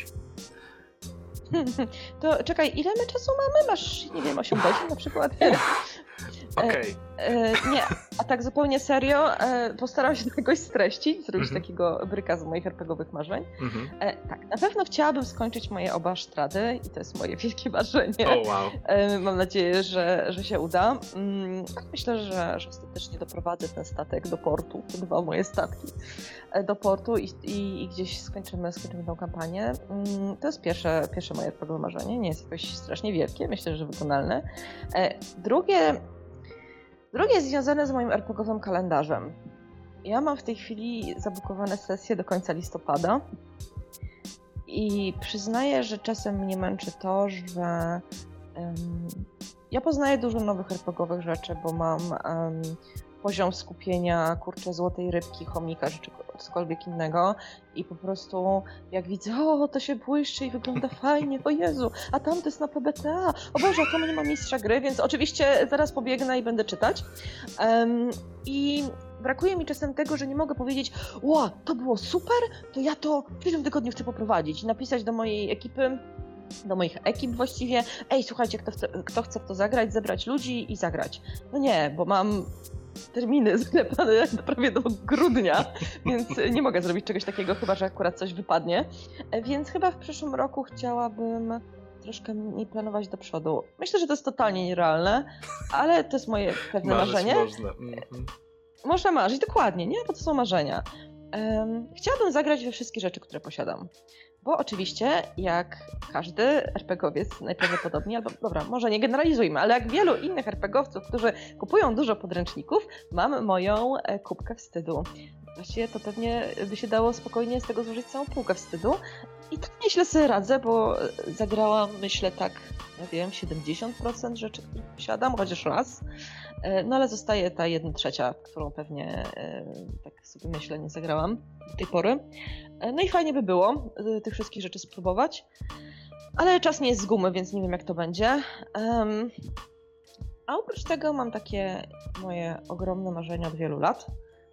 To czekaj, ile my czasu mamy? Masz, nie wiem, 8 godzin na przykład? Okej. Nie, a tak zupełnie serio, postaram się jakoś streścić, zrobić takiego bryka z moich RPGowych marzeń. Tak, na pewno chciałabym skończyć moje oba sztrady i to jest moje wielkie marzenie. Oh, wow. Mam nadzieję, że się uda. Myślę, że ostatecznie doprowadzę ten statek do portu, te dwa moje statki do portu i gdzieś skończymy tą kampanię. To jest pierwsze moje RPGowe marzenie, nie jest jakoś strasznie wielkie, myślę, że wykonalne. Drugie jest związane z moim RPGowym kalendarzem. Ja mam w tej chwili zabukowane sesje do końca listopada i przyznaję, że czasem mnie męczy to, że ja poznaję dużo nowych RPGowych rzeczy, bo mam poziom skupienia, złotej rybki, chomika, czy cokolwiek innego i po prostu jak widzę, o, to się błyszczy i wygląda fajnie, o Jezu, a tam to jest na PBTA, o Boże, a tam nie ma mistrza gry, więc oczywiście zaraz pobiegnę i będę czytać. I brakuje mi czasem tego, że nie mogę powiedzieć, ło, to było super, to ja to w tym tygodniu chcę poprowadzić i napisać do mojej ekipy, do moich ekip właściwie, ej, słuchajcie, kto chce w to zagrać, zebrać ludzi i zagrać. No nie, bo mam terminy zaklepane prawie do grudnia, więc nie mogę zrobić czegoś takiego, chyba że akurat coś wypadnie. Więc chyba w przyszłym roku chciałabym troszkę mniej planować do przodu. Myślę, że to jest totalnie nierealne, ale to jest moje pewne marzenie. Można. Można marzyć, dokładnie, nie? Bo to są marzenia. Chciałabym zagrać we wszystkie rzeczy, które posiadam. Bo oczywiście, jak każdy RPGowiec najprawdopodobniej, albo dobra, może nie generalizujmy, ale jak wielu innych RPGowców, którzy kupują dużo podręczników, mam moją kubkę wstydu. Właściwie to pewnie by się dało spokojnie z tego złożyć całą półkę wstydu. I tak nieźle sobie radzę, bo zagrałam, myślę, tak, ja wiem, 70% rzeczy, które posiadam, chociaż raz. No ale zostaje ta 1/3, którą pewnie, tak sobie myślę, nie zagrałam do tej pory. No i fajnie by było tych wszystkich rzeczy spróbować. Ale czas nie jest z gumy, więc nie wiem, jak to będzie. A oprócz tego mam takie moje ogromne marzenia od wielu lat.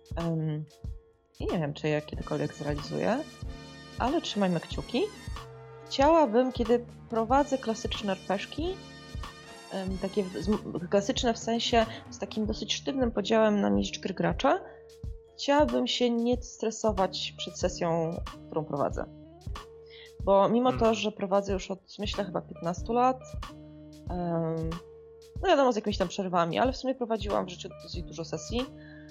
I nie wiem, czy je kiedykolwiek zrealizuję, ale trzymajmy kciuki. Chciałabym, kiedy prowadzę klasyczne RPG, takie klasyczne w sensie z takim dosyć sztywnym podziałem na mistrz gry gracza, chciałabym się nie stresować przed sesją, którą prowadzę. Bo mimo to, że prowadzę już od, myślę, chyba 15 lat, no wiadomo, z jakimiś tam przerwami, ale w sumie prowadziłam w życiu dosyć dużo sesji,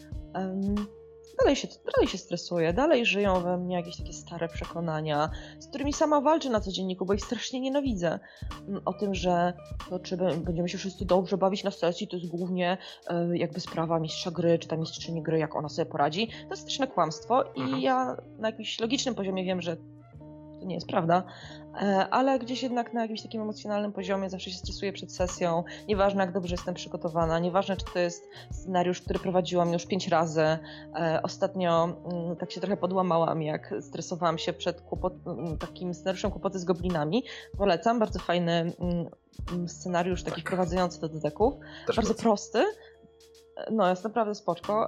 dalej się stresuję, dalej żyją we mnie jakieś takie stare przekonania, z którymi sama walczę na codzienniku, bo ich strasznie nienawidzę. O tym, że to czy będziemy się wszyscy dobrze bawić na sesji, to jest głównie jakby sprawa mistrza gry, czy tam mistrzyni gry, jak ona sobie poradzi. To jest straszne kłamstwo i ja na jakimś logicznym poziomie wiem, że to nie jest prawda, ale gdzieś jednak na jakimś takim emocjonalnym poziomie zawsze się stresuję przed sesją, nieważne jak dobrze jestem przygotowana, nieważne czy to jest scenariusz, który prowadziłam już 5 razy. Ostatnio tak się trochę podłamałam, jak stresowałam się przed takim scenariuszem Kłopoty z goblinami. Polecam, bardzo fajny scenariusz taki wprowadzający do deteków, bardzo prosty, no jest naprawdę spoczko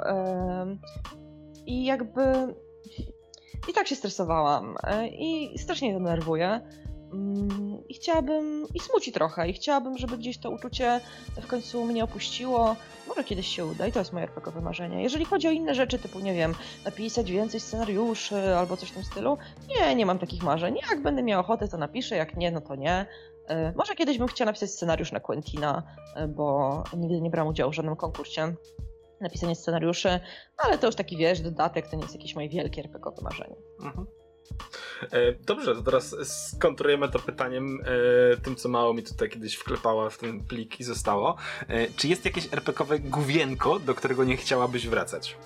i jakby i tak się stresowałam i strasznie to denerwuje i chciałabym, i smuci trochę, i chciałabym, żeby gdzieś to uczucie w końcu mnie opuściło. Może kiedyś się uda i to jest moje RPGowe marzenie. Jeżeli chodzi o inne rzeczy, typu, nie wiem, napisać więcej scenariuszy albo coś w tym stylu, nie mam takich marzeń. Jak będę miała ochotę, to napiszę, jak nie, no to nie. Może kiedyś bym chciała napisać scenariusz na Quentina, bo nigdy nie brałam udziału w żadnym konkursie napisanie scenariuszy, ale to już taki, wiesz, dodatek, to nie jest jakieś moje wielkie RPGowe marzenie. Dobrze, to teraz skontrujemy to pytaniem tym, co mało mi tutaj kiedyś wklepała w ten plik i zostało. Czy jest jakieś RPGowe główienko, do którego nie chciałabyś wracać?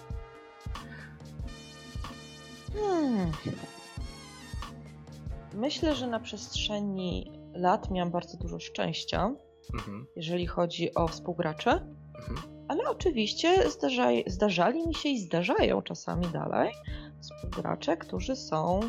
Myślę, że na przestrzeni lat miałam bardzo dużo szczęścia, jeżeli chodzi o współgraczy. Ale oczywiście zdarzali mi się i zdarzają czasami dalej współgracze, którzy są...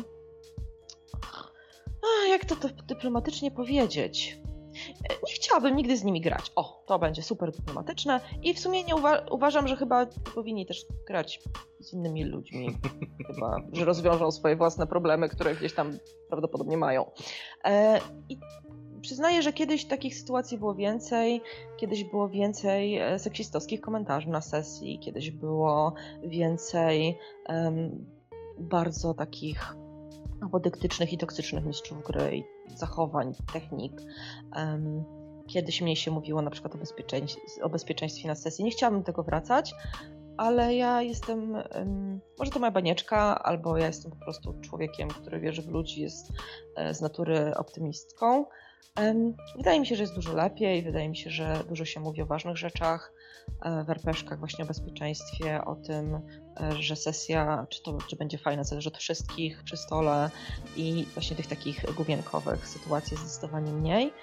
jak to dyplomatycznie powiedzieć? Nie chciałabym nigdy z nimi grać. O, to będzie super dyplomatyczne i w sumie nie uważam, że chyba powinni też grać z innymi ludźmi. Chyba, że rozwiążą swoje własne problemy, które gdzieś tam prawdopodobnie mają. I przyznaję, że kiedyś takich sytuacji było więcej. Kiedyś było więcej seksistowskich komentarzy na sesji. Kiedyś było więcej bardzo takich apodyktycznych i toksycznych mistrzów gry i zachowań, technik. Kiedyś mniej się mówiło na przykład o bezpieczeństwie na sesji. Nie chciałabym do tego wracać, ale ja jestem, może to moja banieczka, albo ja jestem po prostu człowiekiem, który wierzy w ludzi, jest z natury optymistką. Wydaje mi się, że jest dużo lepiej, wydaje mi się, że dużo się mówi o ważnych rzeczach w RPG-szkach, właśnie o bezpieczeństwie, o tym, że sesja, czy będzie fajna, zależy od wszystkich przy stole i właśnie tych takich główienkowych sytuacji zdecydowanie mniej.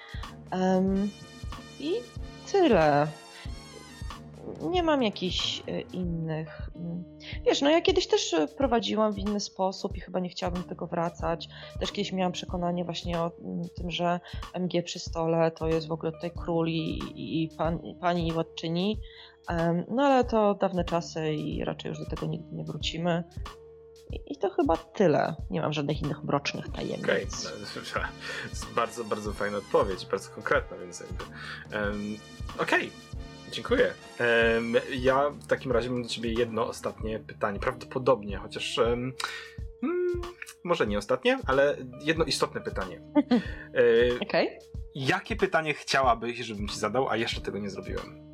I tyle. Nie mam jakichś innych... Wiesz, no ja kiedyś też prowadziłam w inny sposób i chyba nie chciałabym do tego wracać. Też kiedyś miałam przekonanie właśnie o tym, że MG przy stole to jest w ogóle tutaj król i pani i władczyni. No ale to dawne czasy i raczej już do tego nigdy nie wrócimy. I to chyba tyle. Nie mam żadnych innych mrocznych tajemnic. Okej, to jest bardzo, bardzo fajna odpowiedź, bardzo konkretna, więc jakby... Okej. Dziękuję. Ja w takim razie mam do ciebie jedno ostatnie pytanie. Prawdopodobnie, chociaż może nie ostatnie, ale jedno istotne pytanie. Okej. jakie pytanie chciałabyś, żebym ci zadał, a jeszcze tego nie zrobiłem?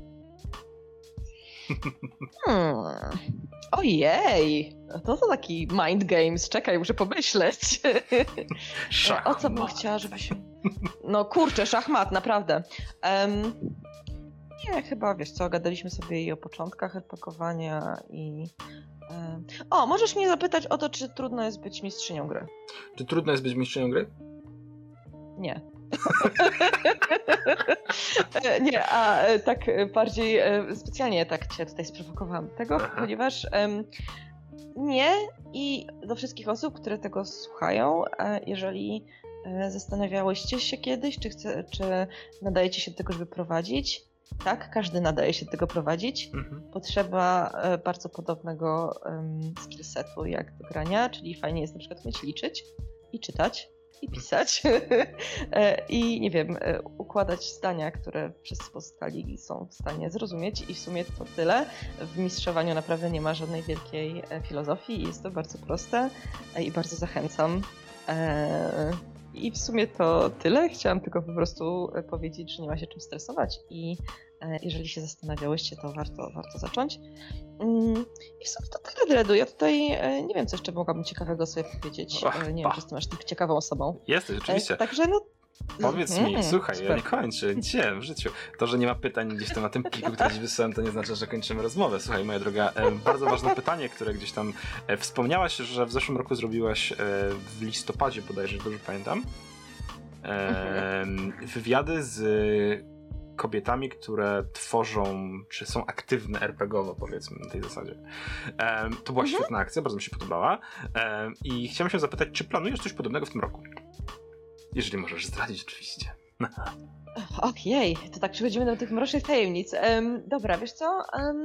Ojej, to taki mind games, czekaj, muszę pomyśleć. Szachmat. O co bym chciała, żeby się... No kurczę, szachmat, naprawdę. Nie, chyba, wiesz co, gadaliśmy sobie i o początkach RPGowania i... O, możesz mnie zapytać o to, czy trudno jest być mistrzynią gry? Czy trudno jest być mistrzynią gry? Nie. Nie, a tak bardziej specjalnie tak cię tutaj sprowokowałam tego, ponieważ nie i do wszystkich osób, które tego słuchają, jeżeli zastanawiałyście się kiedyś, czy nadajecie się do tego, żeby prowadzić, tak, każdy nadaje się do tego prowadzić. Potrzeba bardzo podobnego skillsetu jak do grania, czyli fajnie jest na przykład umieć liczyć i czytać i pisać i nie wiem, układać zdania, które wszyscy pozostali są w stanie zrozumieć i w sumie to tyle. W mistrzowaniu naprawdę nie ma żadnej wielkiej filozofii i jest to bardzo proste i bardzo zachęcam. I w sumie to tyle. Chciałam tylko po prostu powiedzieć, że nie ma się czym stresować i jeżeli się zastanawiałyście, to warto zacząć. I w sumie to tyle, Dredu. Ja tutaj nie wiem, co jeszcze mogłabym ciekawego sobie powiedzieć. Nie wiem, czy ty masz tak ciekawą osobą. Jesteś, oczywiście. Także no... Powiedz mi, słuchaj, super. ja nie kończę. Gdzie w życiu? To, że nie ma pytań gdzieś tam na tym pliku, który ci wysłałem, to nie znaczy, że kończymy rozmowę. Słuchaj, moja droga, bardzo ważne pytanie, które gdzieś tam wspomniałaś, że w zeszłym roku zrobiłaś w listopadzie, bodajże, dobrze pamiętam, wywiady z kobietami, które tworzą, czy są aktywne RPGowo, powiedzmy, na tej zasadzie. To była świetna akcja, bardzo mi się podobała. I chciałem się zapytać, czy planujesz coś podobnego w tym roku? Jeżeli możesz zdradzić, oczywiście. Ojej, to tak przechodzimy do tych mrocznych tajemnic. Dobra, wiesz co?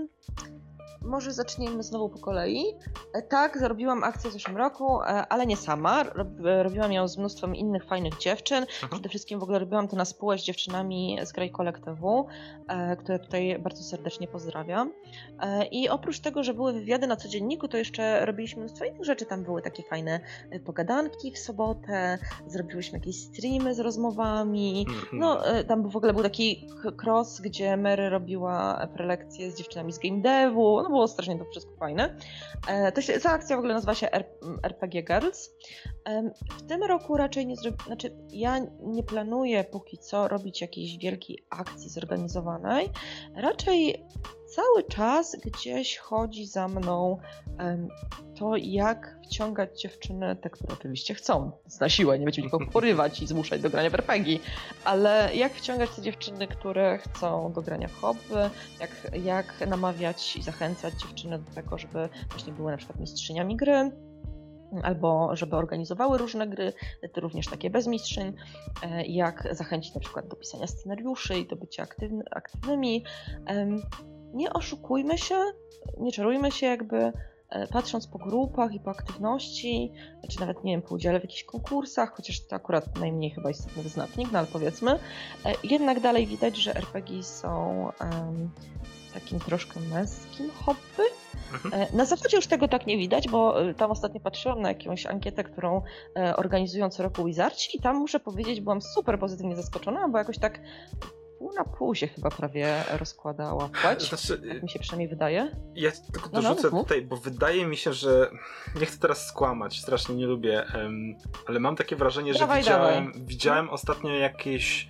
Może zaczniemy znowu po kolei. Tak, zrobiłam akcję w zeszłym roku, ale nie sama. Robiłam ją z mnóstwem innych fajnych dziewczyn. Przede wszystkim w ogóle robiłam to na spółę z dziewczynami z Grey Collective, które tutaj bardzo serdecznie pozdrawiam. I oprócz tego, że były wywiady na codzienniku, to jeszcze robiliśmy mnóstwo innych rzeczy. Tam były takie fajne pogadanki w sobotę, zrobiłyśmy jakieś streamy z rozmowami. No, tam w ogóle był taki cross, gdzie Mary robiła prelekcje z dziewczynami z game devu. No, było strasznie to wszystko fajne. Ta akcja w ogóle nazywa się RPG Girls. W tym roku raczej nie znaczy ja nie planuję póki co robić jakiejś wielkiej akcji zorganizowanej. Raczej cały czas gdzieś chodzi za mną to, jak wciągać dziewczyny, te, które oczywiście chcą, na siłę, nie będziemy nikogo porywać i zmuszać do grania w RPG, ale jak wciągać te dziewczyny, które chcą do grania w hobby, jak namawiać i zachęcać dziewczyny do tego, żeby właśnie były na przykład mistrzyniami gry, albo żeby organizowały różne gry, również takie bez mistrzyń, jak zachęcić na przykład do pisania scenariuszy i do bycia aktywnymi. Nie oszukujmy się, nie czarujmy się jakby, patrząc po grupach i po aktywności, czy nawet, nie wiem, po udziale w jakichś konkursach, chociaż to akurat najmniej chyba istotny wyznacznik, no ale powiedzmy, jednak dalej widać, że RPG są takim troszkę męskim hobby. Na zachodzie już tego tak nie widać, bo tam ostatnio patrzyłam na jakąś ankietę, którą organizują co roku Wizardsi i tam muszę powiedzieć, byłam super pozytywnie zaskoczona, bo jakoś tak pół na pół się chyba prawie rozkładała płeć, tak mi się przynajmniej wydaje. Ja tylko dorzucę tutaj, bo wydaje mi się, że nie chcę teraz skłamać, strasznie nie lubię, ale mam takie wrażenie, że widziałem ostatnio jakiś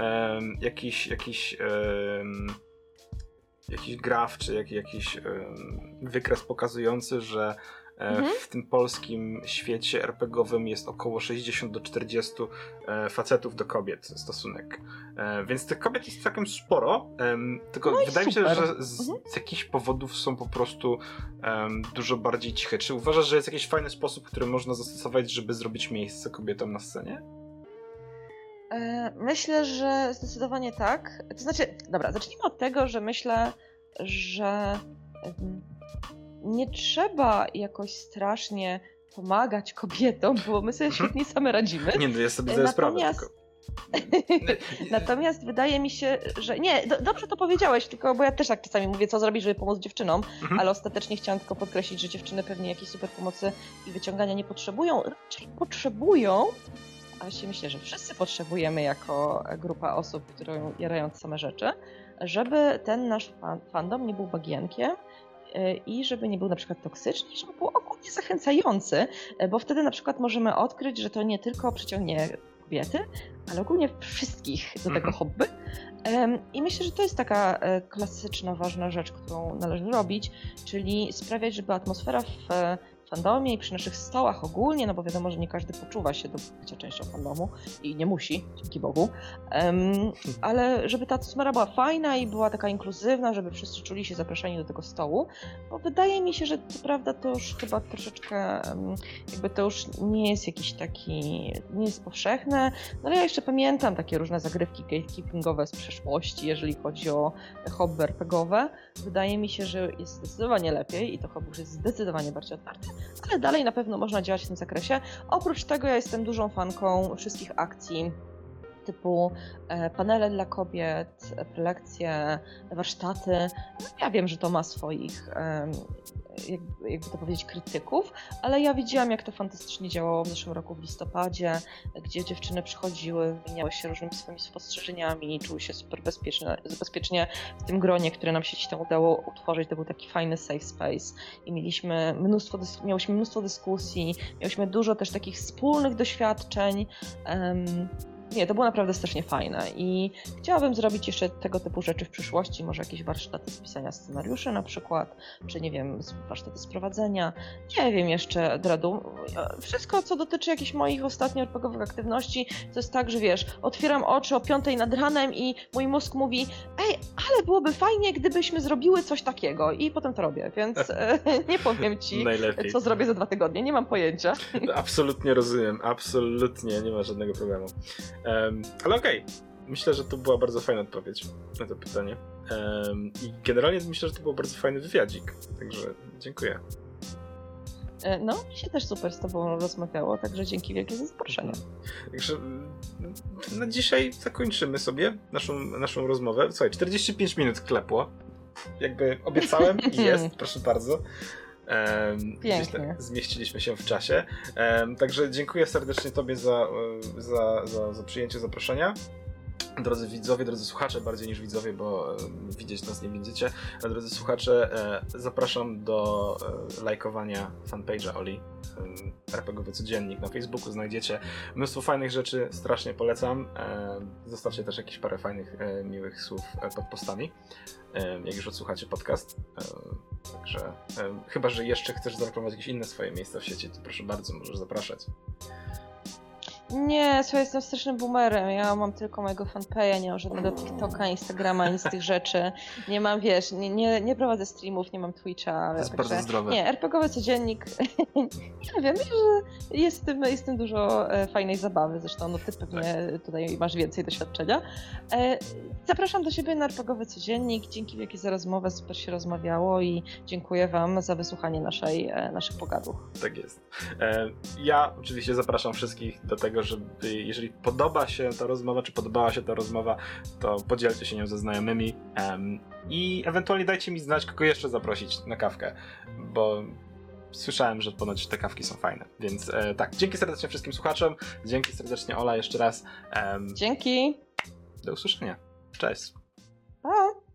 graf, czy jakiś wykres pokazujący, że w tym polskim świecie RPGowym jest około 60 do 40 facetów do kobiet stosunek. Więc tych kobiet jest całkiem sporo, tylko wydaje mi się, że z jakichś powodów są po prostu dużo bardziej ciche. Czy uważasz, że jest jakiś fajny sposób, który można zastosować, żeby zrobić miejsce kobietom na scenie? Myślę, że zdecydowanie tak. To znaczy, dobra, zacznijmy od tego, że myślę, że nie trzeba jakoś strasznie pomagać kobietom, bo my sobie świetnie same radzimy. Nie, no ja sobie zdaję sprawę tylko. Natomiast wydaje mi się, że nie, dobrze to powiedziałeś, tylko bo ja też tak czasami mówię, co zrobić, żeby pomóc dziewczynom, ale ostatecznie chciałam tylko podkreślić, że dziewczyny pewnie jakiejś super pomocy i wyciągania nie potrzebują, raczej potrzebują a właściwie myślę, że wszyscy potrzebujemy jako grupa osób, które jarają same rzeczy, żeby ten nasz fandom nie był bagienkiem i żeby nie był na przykład toksyczny, żeby był ogólnie zachęcający, bo wtedy na przykład możemy odkryć, że to nie tylko przyciągnie kobiety, ale ogólnie wszystkich do tego hobby. I myślę, że to jest taka klasyczna, ważna rzecz, którą należy robić, czyli sprawiać, żeby atmosfera w fandomie i przy naszych stołach ogólnie, no bo wiadomo, że nie każdy poczuwa się do bycia częścią fandomu i nie musi, dzięki Bogu, ale żeby ta atmosfera była fajna i była taka inkluzywna, żeby wszyscy czuli się zaproszeni do tego stołu, bo wydaje mi się, że co prawda to już chyba troszeczkę, jakby to już nie jest jakiś taki, nie jest powszechne, no ale ja jeszcze pamiętam takie różne zagrywki gatekeepingowe z przeszłości, jeżeli chodzi o hobby RPGowe. Wydaje mi się, że jest zdecydowanie lepiej i to hobby już jest zdecydowanie bardziej otwarte, ale dalej na pewno można działać w tym zakresie. Oprócz tego ja jestem dużą fanką wszystkich akcji typu panele dla kobiet, prelekcje, warsztaty. Ja wiem, że to ma swoich, jakby to powiedzieć, krytyków, ale ja widziałam, jak to fantastycznie działało w zeszłym roku w listopadzie, gdzie dziewczyny przychodziły, wymieniały się różnymi swoimi spostrzeżeniami, czuły się super bezpiecznie w tym gronie, które nam się dziś tam udało utworzyć. To był taki fajny safe space i miałyśmy mnóstwo dyskusji, miałyśmy dużo też takich wspólnych doświadczeń. Nie, to było naprawdę strasznie fajne i chciałabym zrobić jeszcze tego typu rzeczy w przyszłości, może jakieś warsztaty z pisania scenariuszy na przykład, czy nie wiem, warsztaty z prowadzenia, nie wiem jeszcze, Dredu. Wszystko, co dotyczy jakichś moich ostatnio RPGowych aktywności, to jest tak, że wiesz, otwieram oczy o 5 nad ranem i mój mózg mówi: ej, ale byłoby fajnie, gdybyśmy zrobiły coś takiego i potem to robię, więc nie powiem ci, Najlepiej. Co zrobię za 2 tygodnie, nie mam pojęcia. Absolutnie rozumiem, absolutnie, nie ma żadnego problemu. Ale okej, myślę, że to była bardzo fajna odpowiedź na to pytanie. I generalnie myślę, że to był bardzo fajny wywiadzik, także dziękuję. No, mi się też super z tobą rozmawiało, także dzięki wielkie za zaproszenie. Także na dzisiaj zakończymy sobie naszą rozmowę. Słuchaj, 45 minut klepło. Jakby obiecałem i jest, proszę bardzo. Pięknie. Zmieściliśmy się w czasie. Także dziękuję serdecznie tobie za przyjęcie zaproszenia. Drodzy widzowie, drodzy słuchacze, bardziej niż widzowie, bo widzieć nas nie będziecie. A drodzy słuchacze, zapraszam do lajkowania fanpage'a Oli. RPGowy Codziennik na Facebooku znajdziecie mnóstwo fajnych rzeczy, strasznie polecam. Zostawcie też jakieś parę fajnych, miłych słów pod postami, jak już odsłuchacie podcast. Także chyba, że jeszcze chcesz zareklamować jakieś inne swoje miejsca w sieci, to proszę bardzo, możesz zapraszać. Nie, słuchaj, jestem strasznym boomerem. Ja mam tylko mojego fanpage'a, nie mam żadnego TikToka, Instagrama, nic z tych rzeczy. Nie mam, wiesz, nie prowadzę streamów, nie mam Twitcha. To jest bardzo zdrowe. Nie, RPGowy Codziennik. Nie wiem, myślę, że jest w tym dużo fajnej zabawy. Zresztą no, ty pewnie tutaj masz więcej doświadczenia. Zapraszam do siebie na RPGowy Codziennik. Dzięki wielkie za rozmowę, super się rozmawiało i dziękuję wam za wysłuchanie naszych pogadów. Tak jest. Ja oczywiście zapraszam wszystkich do tego, żeby jeżeli podoba się ta rozmowa, czy podobała się ta rozmowa, to podzielcie się nią ze znajomymi i ewentualnie dajcie mi znać, kogo jeszcze zaprosić na kawkę, bo słyszałem, że ponoć te kawki są fajne, więc tak, dzięki serdecznie wszystkim słuchaczom, dzięki serdecznie Ola jeszcze raz. Dzięki. Do usłyszenia. Cześć. Pa.